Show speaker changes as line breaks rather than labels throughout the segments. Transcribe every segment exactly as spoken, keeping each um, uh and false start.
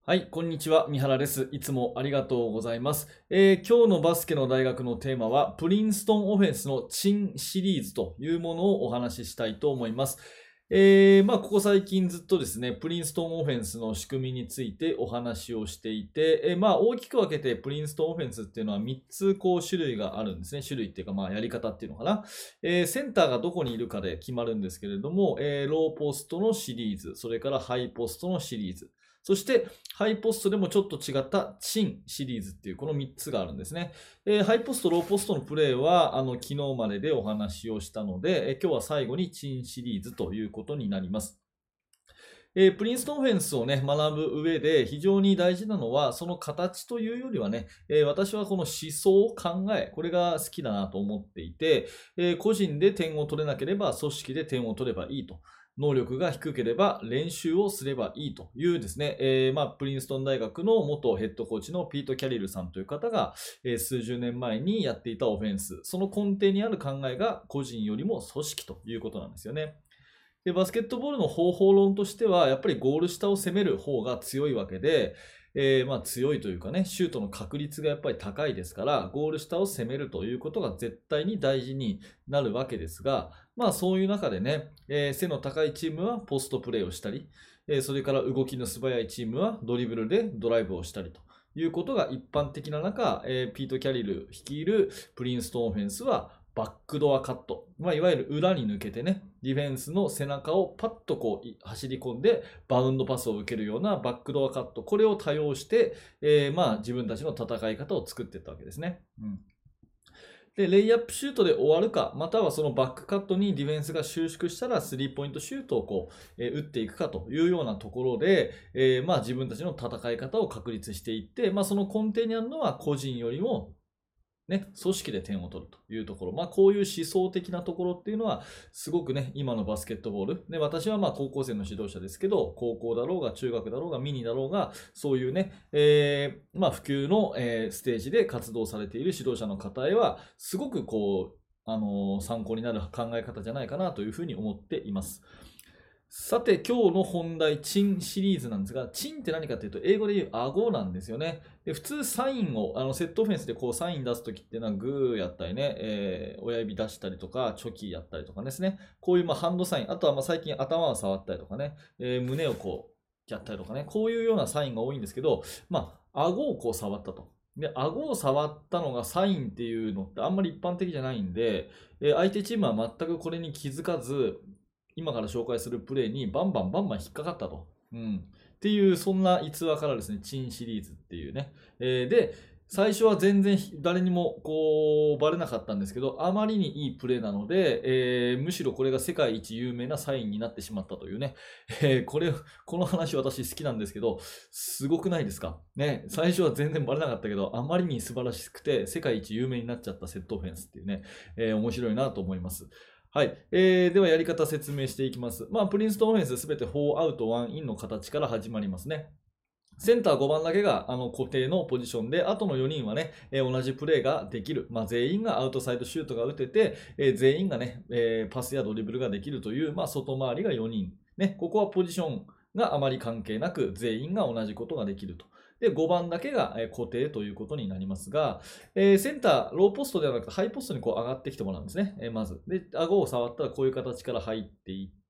はい、こんにちは。三原です。いつもありがとうございます。えー今日のバスケの大学のテーマは、プリンストンオフェンスのチンシリーズというものをお話ししたいと思います。えーまあ、ここ最近ずっとですね、プリンストンオフェンスの仕組みについてお話をしていて、えーまあ、大きく分けてプリンストンオフェンスっていうのはみっつこう種類があるんですね。種類っていうか、まあ、やり方っていうのかな。えーセンターがどこにいるかで決まるんですけれども、えーローポストのシリーズ、それからハイポストのシリーズ、そして、ハイポストでもちょっと違ったチンシリーズっていうこのみっつがあるんですね。えーハイポスト、ローポストのプレーはあの昨日まででお話をしたので、えー今日は最後にチンシリーズということになります。えープリンストンオフェンスをね、学ぶ上で非常に大事なのは、その形というよりはね、えー私はこの思想、考え、これが好きだなと思っていて、えー個人で点を取れなければ組織で点を取ればいいと。能力が低ければ練習をすればいいというですね、えーまあ、プリンストン大学の元ヘッドコーチのピート・キャリルさんという方が、えー数十年前にやっていたオフェンス、その根底にある考えが個人よりも組織ということなんですよね。で、バスケットボールの方法論としては、やっぱりゴール下を攻める方が強いわけで、えーまあ強いというかね、シュートの確率がやっぱり高いですから、ゴール下を攻めるということが絶対に大事になるわけですが、まあそういう中でね、えー背の高いチームはポストプレーをしたり、えーそれから動きの素早いチームはドリブルでドライブをしたりということが一般的な中、えーピート・キャリル率いるプリンストンオフェンスはバックドアカット、まあ、いわゆる裏に抜けてね、ディフェンスの背中をパッとこう走り込んでバウンドパスを受けるようなバックドアカット、これを多用して、えーまあ自分たちの戦い方を作っていったわけですね。うんで、レイアップシュートで終わるか、またはそのバックカットにディフェンスが収縮したらスリーポイントシュートをこう、えー打っていくかというようなところで、えーまあ自分たちの戦い方を確立していって、まあその根底にあるのは個人よりもね、組織で点を取るというところ、まあ、こういう思想的なところっていうのは、すごくね、今のバスケットボール、で私はまあ高校生の指導者ですけど、高校だろうが、中学だろうが、ミニだろうが、そういうね、えーまあ、普及の、えーステージで活動されている指導者の方へは、すごくこう、あのー参考になる考え方じゃないかなというふうに思っています。さて、今日の本題、チンシリーズなんですが、チンって何かっていうと、英語で言う顎なんですよね。で普通、サインを、あのセットオフェンスでこうサイン出すときっていうのは、グーやったりね、えー親指出したりとか、チョキやったりとかですね。こういうまあハンドサイン、あとはまあ最近頭を触ったりとかね、えー胸をこうやったりとかね、こういうようなサインが多いんですけど、まあ、顎をこう触ったと。で、顎を触ったのがサインっていうのってあんまり一般的じゃないんで、えー相手チームは全くこれに気づかず、今から紹介するプレイにバンバンバンバン引っかかったと。うん。っていう、そんな逸話からですね、チンシリーズっていうね。えーで、最初は全然誰にもこうバレなかったんですけど、あまりにいいプレーなので、えーむしろこれが世界一有名なサインになってしまったというね。えーこれ、この話私好きなんですけど、すごくないですかね。最初は全然バレなかったけど、あまりに素晴らしくて世界一有名になっちゃったセットオフェンスっていうね、えー面白いなと思います。はい。えー、ではやり方説明していきます。まあ、プリンストンオフェンスすべてよんアウトいちインの形から始まりますね。センターごばんだけがあの固定のポジションで、あとのよにんはね、えー同じプレーができる。まあ、全員がアウトサイドシュートが打てて、えー全員がね、えーパスやドリブルができるという、まあ、外回りがよにん。ね、ここはポジションがあまり関係なく、全員が同じことができると。で、ごばんだけがえー固定ということになりますが、えーセンター、ローポストではなくてハイポストにこう上がってきてもらうんですね。えーまず。で、顎を触ったらこういう形から入っていって、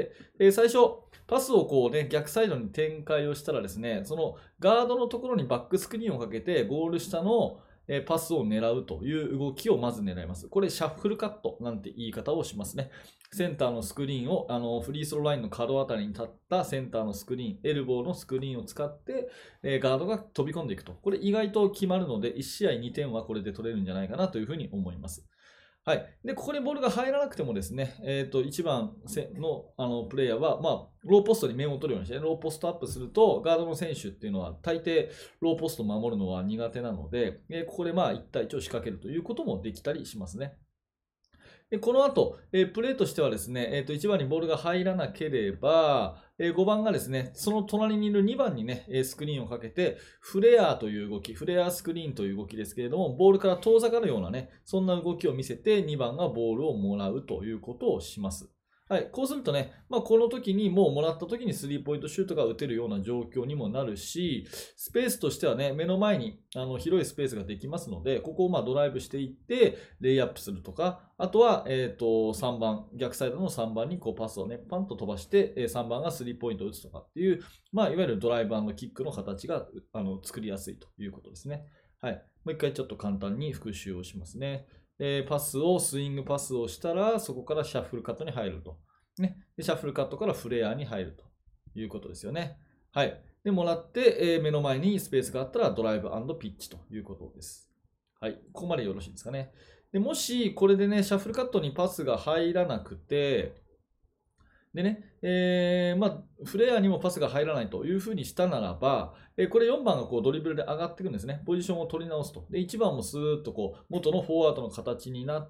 えー最初、パスをこうね、逆サイドに展開をしたらですね、そのガードのところにバックスクリーンをかけて、ゴール下のえーパスを狙うという動きをまず狙います。これ、シャッフルカットなんて言い方をしますね。センターのスクリーンを、あの、フリースローラインの角あたりに立ったセンターのスクリーン、エルボーのスクリーンを使って、えーガードが飛び込んでいくと。これ意外と決まるので、いち試合にてんはこれで取れるんじゃないかなというふうに思います。はい。で、ここにボールが入らなくてもですね、えっ、と、いちばんのあのプレイヤーは、まあ、ローポストに面を取るようにして、ローポストアップすると、ガードの選手っていうのは、大抵、ローポストを守るのは苦手なので、えーここでまあ、いち対いちを仕掛けるということもできたりしますね。で、この後、えープレーとしてはですね、えーと、いちばんにボールが入らなければ、えーごばんがですね、その隣にいるにばんにね、えースクリーンをかけて、フレアという動き、フレアスクリーンという動きですけれども、ボールから遠ざかるようなね、そんな動きを見せて、にばんがボールをもらうということをします。 はい、こうするとね、まあ、この時にもうもらった時にスリーポイントシュートが打てるような状況にもなるし、スペースとしてはね、目の前にあの広いスペースができますので、ここをまあドライブしていって、レイアップするとか、あとは、えっと、さんばん、逆サイドのさんばんにこうパスをね、パンと飛ばして、さんばんがスリーポイントを打つとかっていう、まあ、いわゆるドライブ&キックの形があの作りやすいということですね。はい。もう一回ちょっと簡単に復習をしますね。えーパスを、スイングパスをしたら、そこからシャッフルカットに入ると。ね。で、シャッフルカットからフレアに入るということですよね。はい。で、もらって、えー目の前にスペースがあったらドライブ&ピッチということです。はい。ここまでよろしいですかね。で、もし、これでね、シャッフルカットにパスが入らなくて、でね、えーまあ、フレアにもパスが入らないというふうにしたならば、えーこれよんばんがこうドリブルで上がっていくんですね。ポジションを取り直すと。で、いちばんもスーッとこう元のフォワードの形になって、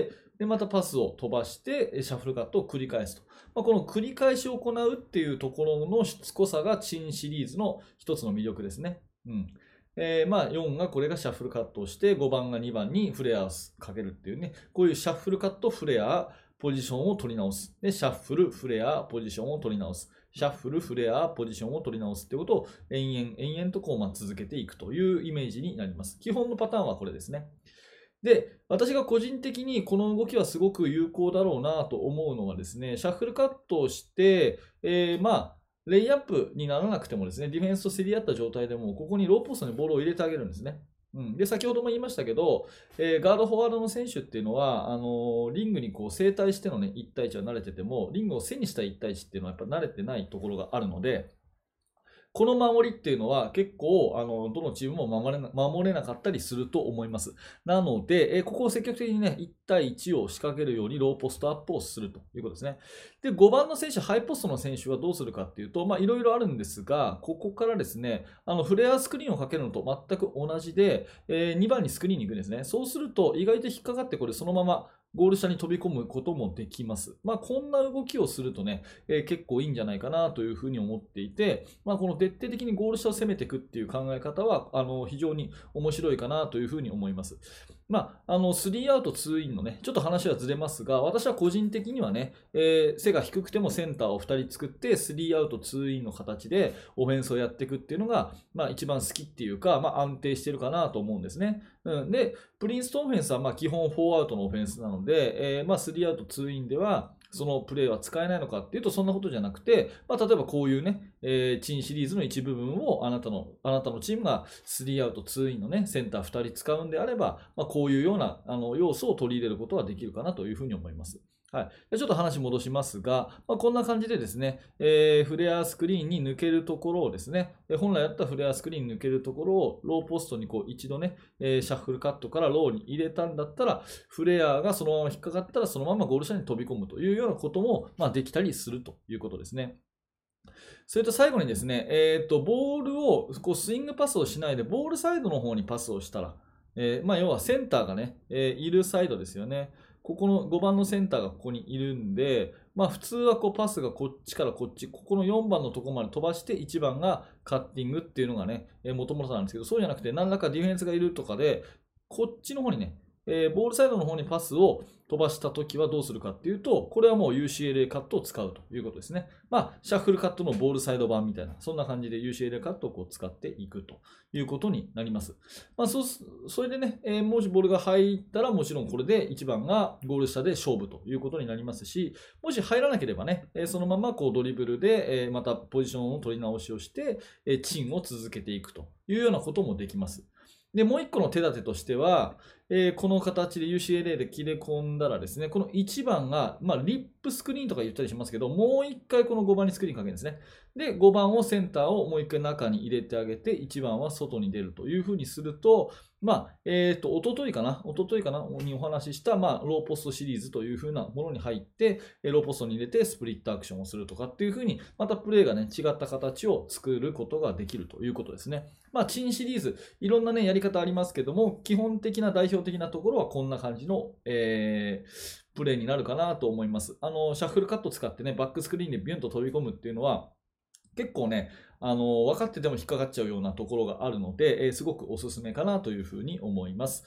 で、またパスを飛ばして、えーシャッフルカットを繰り返すと。まあ、この繰り返しを行うっていうところのしつこさがチンシリーズの一つの魅力ですね。うん。えーまあ、よんがこれがシャッフルカットをして、ごばんがにばんにフレアをかけるっていうね、こういうシャッフルカット、フレア、ポジションを取り直す。で、シャッフル、フレア、ポジションを取り直す。シャッフル、フレア、ポジションを取り直すってことを延々、延々とこう、まあ、続けていくというイメージになります。基本のパターンはこれですね。で、私が個人的にこの動きはすごく有効だろうなと思うのはですね、シャッフルカットをして、えーまあ、レイアップにならなくてもですね、ディフェンスと競り合った状態でも、ここにローポストにボールを入れてあげるんですね。うん、で先ほども言いましたけど、えーガード、フォワードの選手っていうのは、あのーリングにこう正対しての、ね、いち対いちは慣れてても、リングを背にしたいち対いちっていうのはやっぱ慣れてないところがあるので、この守りっていうのは結構あのどのチームも守れな守れなかったりすると思います。なので、えーここを積極的にね、いち対いちを仕掛けるようにローポストアップをするということですね。で、ごばんの選手、ハイポストの選手はどうするかっていうと、まあいろいろあるんですが、ここからですね、あのフレアスクリーンをかけるのと全く同じで、えーにばんにスクリーンに行くんですね。そうすると意外と引っかかってこれそのままゴール下に飛び込むこともできます。まあ、こんな動きをするとね、えー結構いいんじゃないかなというふうに思っていて、まあ、この徹底的にゴール下を攻めていくっていう考え方は、あの、非常に面白いかなというふうに思います。まあ、あの、スリーアウトツーインのね、ちょっと話はずれますが、私は個人的にはね、えー背が低くてもセンターをふたり作って、スリーアウトツーインの形でオフェンスをやっていくっていうのが、まあ、一番好きっていうか、まあ、安定してるかなと思うんですね。うん、で、プリンストンオフェンスはまあ基本フォーアウトのオフェンスなので、えーまあスリーアウトツーインではそのプレーは使えないのかっていうとそんなことじゃなくて、まあ、例えばこういうね、えーチンシリーズの一部分をあなたのあなたのチームがスリーアウトツーインのねセンターふたり使うんであれば、まあ、こういうようなあの要素を取り入れることはできるかなというふうに思います。はい、でちょっと話戻しますが、まあ、こんな感じでですね、えーフレアスクリーンに抜けるところをですね、で本来あったフレアスクリーンに抜けるところをローポストにこう一度ね、えーシャッフルカットからローに入れたんだったら、フレアがそのまま引っかかったら、そのままゴール下に飛び込むというようなことも、まあ、できたりするということですね。それと最後にですね、えーと、ボールをこうスイングパスをしないで、ボールサイドの方にパスをしたら、えーまあ、要はセンターがね、えーいるサイドですよね。ここのごばんのセンターがここにいるんで、まあ、普通はこうパスがこっちからこっち、ここのよんばんのところまで飛ばしていちばんがカッティングっていうのがね、もともとなんですけど、そうじゃなくて何らかディフェンスがいるとかで、こっちの方にね、えーボールサイドの方にパスを飛ばしたときはどうするかっていうと、これはもう ユーシーエルエー カットを使うということですね。まあ、シャッフルカットのボールサイド版みたいな、そんな感じで ユーシーエルエー カットをこう使っていくということになります。まあ、そそれでね、えーもしボールが入ったら、もちろんこれでいちばんがゴール下で勝負ということになりますし、もし入らなければね、えーそのままこうドリブルで、えーまたポジションを取り直しをして、えーチンを続けていくというようなこともできます。で、もう一個の手立てとしては、えーこの形で ユーシーエルエー で切れ込んだらですね、このいちばんが、まあ、リップスクリーンとか言ったりしますけど、もう一回このごばんにスクリーンかけるんですね。で、ごばんをセンターをもう一回中に入れてあげて、いちばんは外に出るというふうにすると、まあ、えっ、と、おとといかな、おとといかな、にお話しした、まあ、ローポストシリーズというふうなものに入って、えーローポストに入れてスプリットアクションをするとかっていうふうに、またプレーがね、違った形を作ることができるということですね。まあ、チンシリーズ、いろんなね、やり方ありますけども、基本的な代表的なところはこんな感じの、えープレーになるかなと思います。あの、シャッフルカット使ってね、バックスクリーンでビュンと飛び込むっていうのは、結構ね、あの、分かってても引っかかっちゃうようなところがあるので、えーすごくおすすめかなというふうに思います。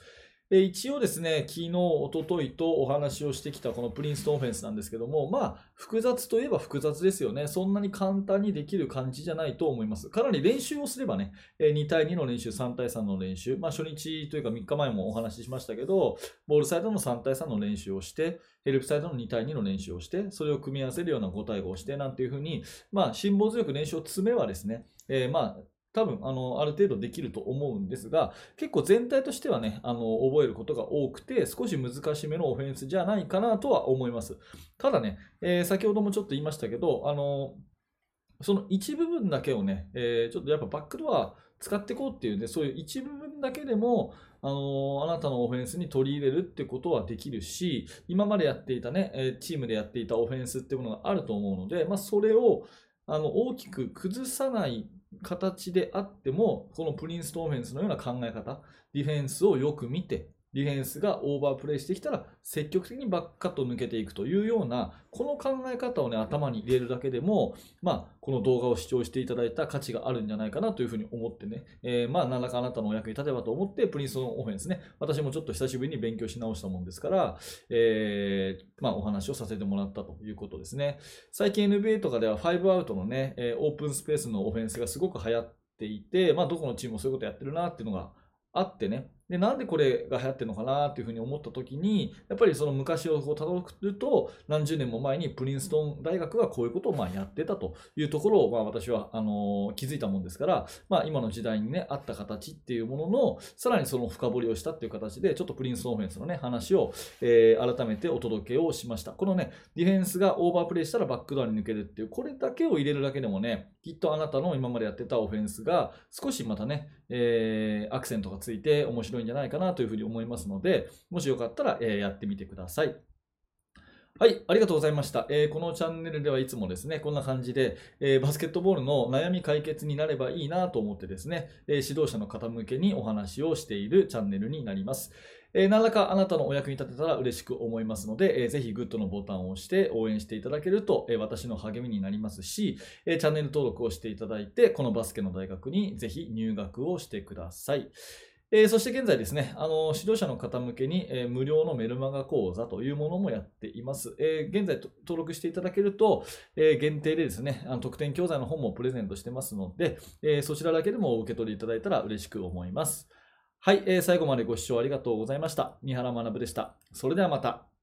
えー一応ですね、昨日、一昨日とお話をしてきたこのプリンストンオフェンスなんですけども、まあ、複雑といえば複雑ですよね。そんなに簡単にできる感じじゃないと思います。かなり練習をすればね、えーに対にの練習、さん対さんの練習、まあ、初日というかみっかまえもお話ししましたけど、ボールサイドのさん対さんの練習をして、ヘルプサイドのに対にの練習をして、それを組み合わせるようなご対ごをして、なんていうふうに、まあ、辛抱強く練習を積めばですね、えーまあ、多分あのある程度できると思うんですが、結構全体としてはね、あの覚えることが多くて、少し難しめのオフェンスじゃないかなとは思います。ただね、えー先ほどもちょっと言いましたけど、あのその一部分だけをね、えーちょっとやっぱバックドア使っていこうっていうね、そういう一部分だけでも、あのあなたのオフェンスに取り入れるってことはできるし、今までやっていたね、えーチームでやっていたオフェンスっていうものがあると思うので、まあ、それをあの大きく崩さない形であっても、このプリンストンオフェンスのような考え方、ディフェンスをよく見て、ディフェンスがオーバープレイしてきたら積極的にバックカットを抜けていくというようなこの考え方をね頭に入れるだけでも、まあ、この動画を視聴していただいた価値があるんじゃないかなというふうに思ってね、えー、まあ何らかあなたのお役に立てばと思ってプリンストンオフェンスね、私もちょっと久しぶりに勉強し直したもんですから、えーまあ、お話をさせてもらったということですね。最近 エヌビーエー とかではファイブアウトのね、えーオープンスペースのオフェンスがすごく流行っていて、まあ、どこのチームもそういうことやってるなっていうのがあってね。で、なんでこれが流行ってるのかなっていうふうに思った時に、やっぱりその昔をこう辿ると、何十年も前にプリンストン大学がこういうことをまあやってたというところを、まあ私はあの気づいたもんですから、まあ今の時代にね、あった形っていうものの、さらにその深掘りをしたっていう形で、ちょっとプリンストンオフェンスのね、話を、えー改めてお届けをしました。このね、ディフェンスがオーバープレイしたらバックドアに抜けるっていう、これだけを入れるだけでもね、きっとあなたの今までやってたオフェンスが少しまたね、えーアクセントがついて面白いんじゃないかなというふうに思いますので、もしよかったら、えーやってみてください。はい、ありがとうございました。えーこのチャンネルではいつもですね、こんな感じで、えーバスケットボールの悩み解決になればいいなと思ってですね、えー指導者の方向けにお話をしているチャンネルになります。えー何らかあなたのお役に立てたら嬉しく思いますので、えーぜひグッドのボタンを押して応援していただけると、えー私の励みになりますし、えーチャンネル登録をしていただいて、このバスケの大学にぜひ入学をしてください。えーそして現在ですね、あの指導者の方向けに、えー無料のメルマガ講座というものもやっています。えー現在と登録していただけると、えー限定でですね、あの特典教材の方もプレゼントしてますので、えーそちらだけでもお受け取りいただいたら嬉しく思います。はい、えー最後までご視聴ありがとうございました。三原学でした。それではまた。